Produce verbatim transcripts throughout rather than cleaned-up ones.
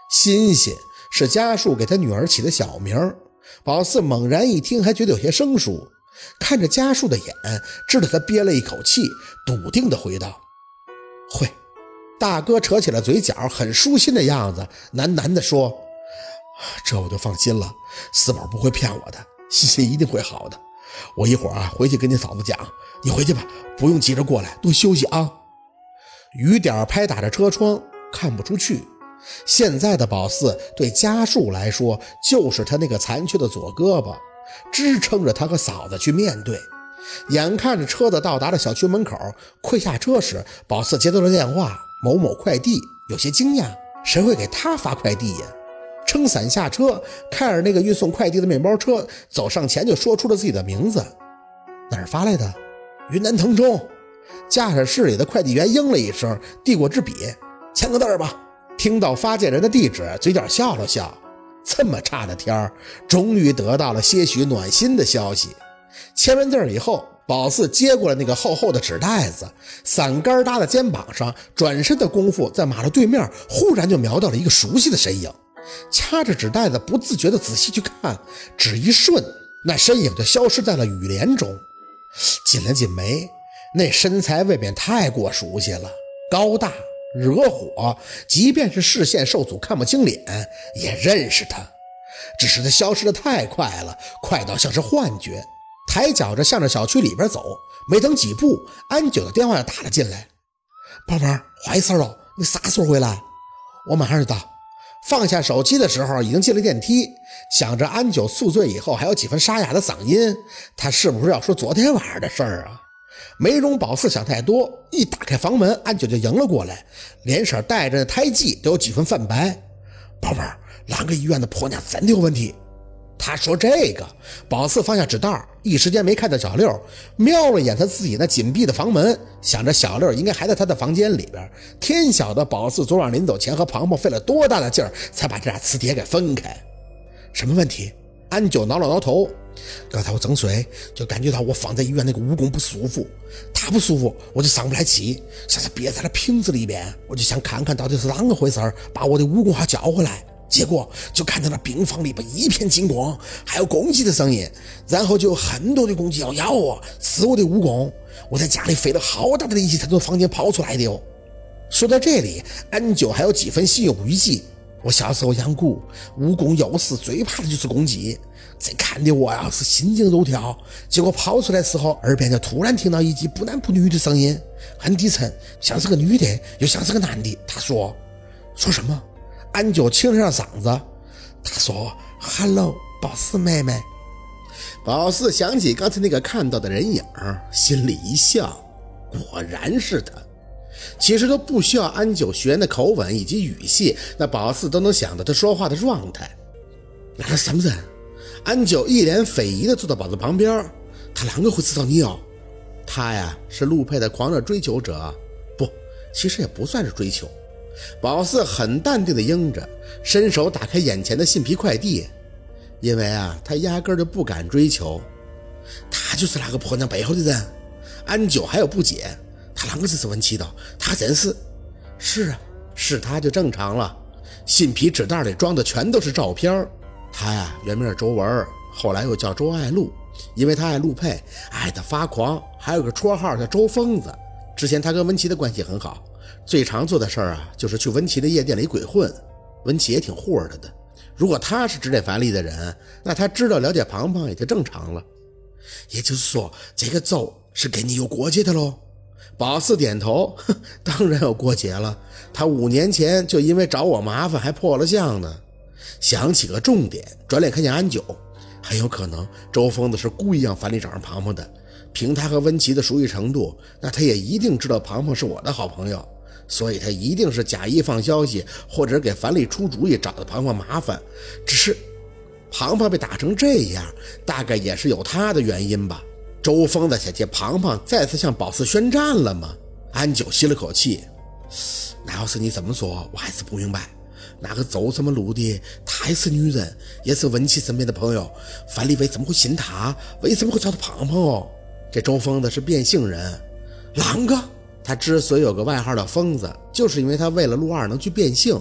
欣欣是家树给他女儿起的小名。宝四猛然一听，还觉得有些生疏，看着家树的眼，知道他憋了一口气，笃定地回道：会。大哥扯起了嘴角，很舒心的样子，喃喃地说：这我就放心了，四宝不会骗我的，欣欣一定会好的。我一会儿啊回去跟你嫂子讲，你回去吧，不用急着过来，多休息啊。雨点拍打着车窗，看不出去。现在的宝四对家树来说，就是他那个残缺的左胳膊，支撑着他和嫂子去面对。眼看着车子到达了小区门口，快下车时，宝四接到了电话，某某快递，有些惊讶，谁会给他发快递呀？撑伞下车，看着那个运送快递的面包车，走上前就说出了自己的名字。哪儿发来的？云南腾冲。驾驶室里的快递员应了一声，递过支笔，签个字儿吧。听到发件人的地址，嘴角笑了笑，这么差的天儿，终于得到了些许暖心的消息。签完字儿以后，宝四接过了那个厚厚的纸袋子，伞杆搭在肩膀上，转身的功夫，在马路对面忽然就瞄到了一个熟悉的身影，掐着纸袋子不自觉地仔细去看，只一瞬，那身影就消失在了雨帘中。紧了紧眉，那身材未免太过熟悉了，高大惹火，即便是视线受阻看不清脸也认识他，只是他消失得太快了，快到像是幻觉。抬脚着向着小区里边走，没等几步，安九的电话打了进来。宝贝儿，坏事了，你啥时候回来？我马上就到。放下手机的时候已经进了电梯，想着安九宿醉以后还有几分沙哑的嗓音，他是不是要说昨天晚上的事儿啊？没容宝四想太多，一打开房门，安九就迎了过来，脸色带着胎记都有几分泛白。宝贝儿，两个医院的婆娘真的有问题。他说这个，宝四放下纸袋，一时间没看到小六，瞄了眼他自己那紧闭的房门，想着小六应该还在他的房间里边。天晓得宝四昨晚临走前和庞庞费了多大的劲儿，才把这俩磁铁给分开。什么问题？安九挠了挠头，刚才我整水就感觉到我放在医院那个蜈蚣不舒服，他不舒服我就上不来气，像是憋在了瓶子里边，我就想看看到底是啷个回事，把我的蜈蚣还叫回来。结果就看到了病房里边一片金光，还有公鸡的声音，然后就有很多的公鸡要咬我，吃我的蜈蚣。我在家里费了好大的力气才从房间跑出来的哟。说到这里，安九还有几分心有余悸。我小时候养蛊，蜈蚣有时最怕的就是公鸡，这看得我呀是心惊肉跳。结果跑出来的时候，耳边就突然听到一句不男不女的声音，很低沉，像是个女的又像是个男的。他说说什么？安九清上嗓子，他说 Hello 宝四妹妹。宝四想起刚才那个看到的人影，心里一笑，果然是他。其实都不需要安九学员的口吻以及语气，那宝四都能想到他说话的状态。那他什么人？安九一脸匪夷地坐到宝四旁边，他啷个会知道你哦？他呀是陆佩的狂热追求者，不，其实也不算是追求。宝四很淡定地应着，伸手打开眼前的信皮快递，因为啊，他压根就不敢追求。他就是那个婆娘背后的人。安九还有不解，他啷个只是文琪的？他真是……是啊，是他就正常了。信皮纸袋里装的全都是照片。他呀，原名是周文，后来又叫周爱露，因为他爱陆佩，爱得发狂，还有个绰号叫周疯子。之前他跟文琪的关系很好。最常做的事儿啊，就是去文琪的夜店里鬼混，文琪也挺护着的。如果他是知这樊丽的人，那他知道了解庞庞也就正常了。也就是说，这个周是跟你有过节的喽？宝四点头，哼，当然有过节了。他五年前就因为找我麻烦还破了相呢。想起个重点，转脸看见安九，很有可能周疯子是故意让樊丽找上庞庞的。凭他和温琪的熟悉程度，那他也一定知道庞庞是我的好朋友。所以他一定是假意放消息，或者给樊丽出主意，找的庞庞麻烦。只是庞庞被打成这样，大概也是有他的原因吧。周峰的想借庞庞再次向宝四宣战了吗？安九吸了口气，那要是你这么说，我还是不明白。那个周什么路的，她也是女人，也是文琪身边的朋友，樊丽为什么会信她？为什么会找到庞庞哦？这周峰的是变性人，啷个？他之所以有个外号叫疯子，就是因为他为了陆二能去变性，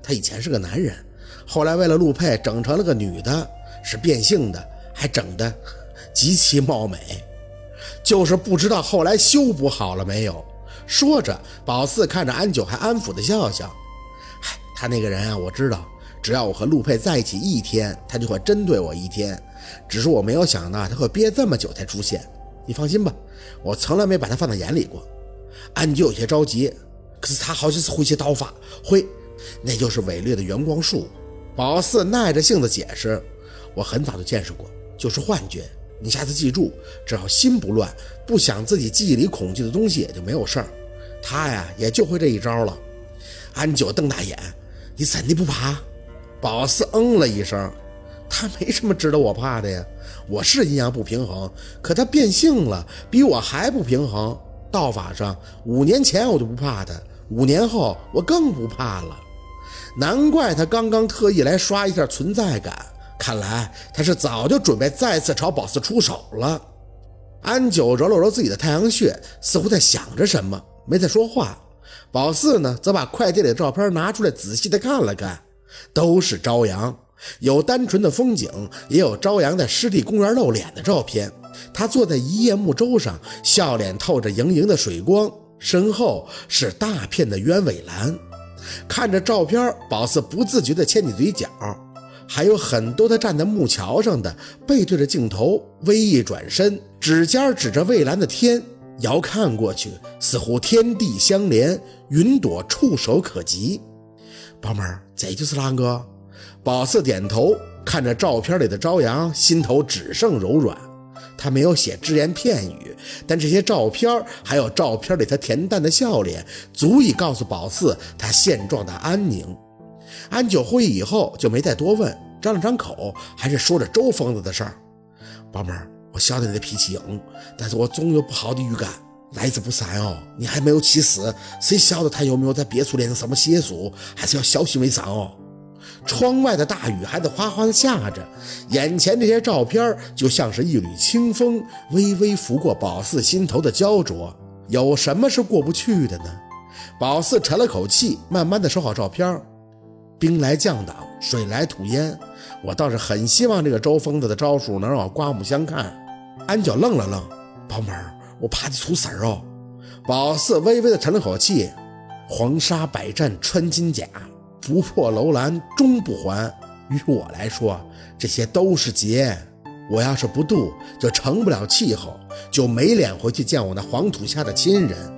他以前是个男人，后来为了陆佩整成了个女的，是变性的，还整得极其貌美，就是不知道后来修补好了没有。说着，宝四看着安九还安抚的笑笑，嗨，他那个人啊，我知道，只要我和陆佩在一起一天，他就会针对我一天，只是我没有想到他会憋这么久才出现。你放心吧，我从来没把他放在眼里过。安九有些着急，可是他好像是会些刀法，会，那就是伪劣的圆光术。宝四耐着性子解释，我很早就见识过，就是幻觉，你下次记住，只要心不乱，不想自己记忆里恐惧的东西，也就没有事儿。他呀也就会这一招了。安九瞪大眼，你真的不怕？宝四嗯了一声，他没什么值得我怕的呀，我是阴阳不平衡，可他变性了，比我还不平衡。道法上五年前我就不怕他，五年后我更不怕了。难怪他刚刚特意来刷一下存在感，看来他是早就准备再次朝宝四出手了。安九揉了揉自己的太阳穴，似乎在想着什么，没再说话。宝四呢，则把快递里的照片拿出来仔细的看了看，都是朝阳，有单纯的风景，也有朝阳在湿地公园露脸的照片。他坐在一叶木舟上，笑脸透着莹莹的水光，身后是大片的鸢尾兰。看着照片，宝四不自觉地牵起嘴角，还有很多他站在木桥上的，背对着镜头，微一转身，指尖指着蔚蓝的天，遥看过去，似乎天地相连，云朵触手可及。宝妹儿，这就是狼哥。宝四点头，看着照片里的朝阳，心头只剩柔软。他没有写只言片语，但这些照片还有照片里他恬淡的笑脸，足以告诉宝四他现状的安宁。安九会议以后就没再多问，张了张口，还是说着周疯子的事儿。宝妹儿，我晓得你的脾气硬，但是我总有不好的预感，来之不善哦。你还没有起死，谁晓得他有没有在别处练成什么邪术，还是要小心为上哦。窗外的大雨还在哗哗的下着，眼前这些照片就像是一缕清风，微微拂过宝四心头的焦灼。有什么是过不去的呢？宝四沉了口气，慢慢的收好照片。兵来将挡，水来土掩，我倒是很希望这个周疯子的招数能让我刮目相看。安九愣了愣，宝妹儿，我怕你出事儿哦。宝四微微的沉了口气，黄沙百战穿金甲，不破楼兰终不还。于我来说，这些都是劫。我要是不渡，就成不了气候，就没脸回去见我那黄土下的亲人。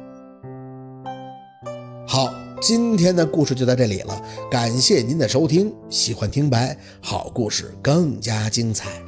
好，今天的故事就到这里了，感谢您的收听。喜欢听白，好故事更加精彩。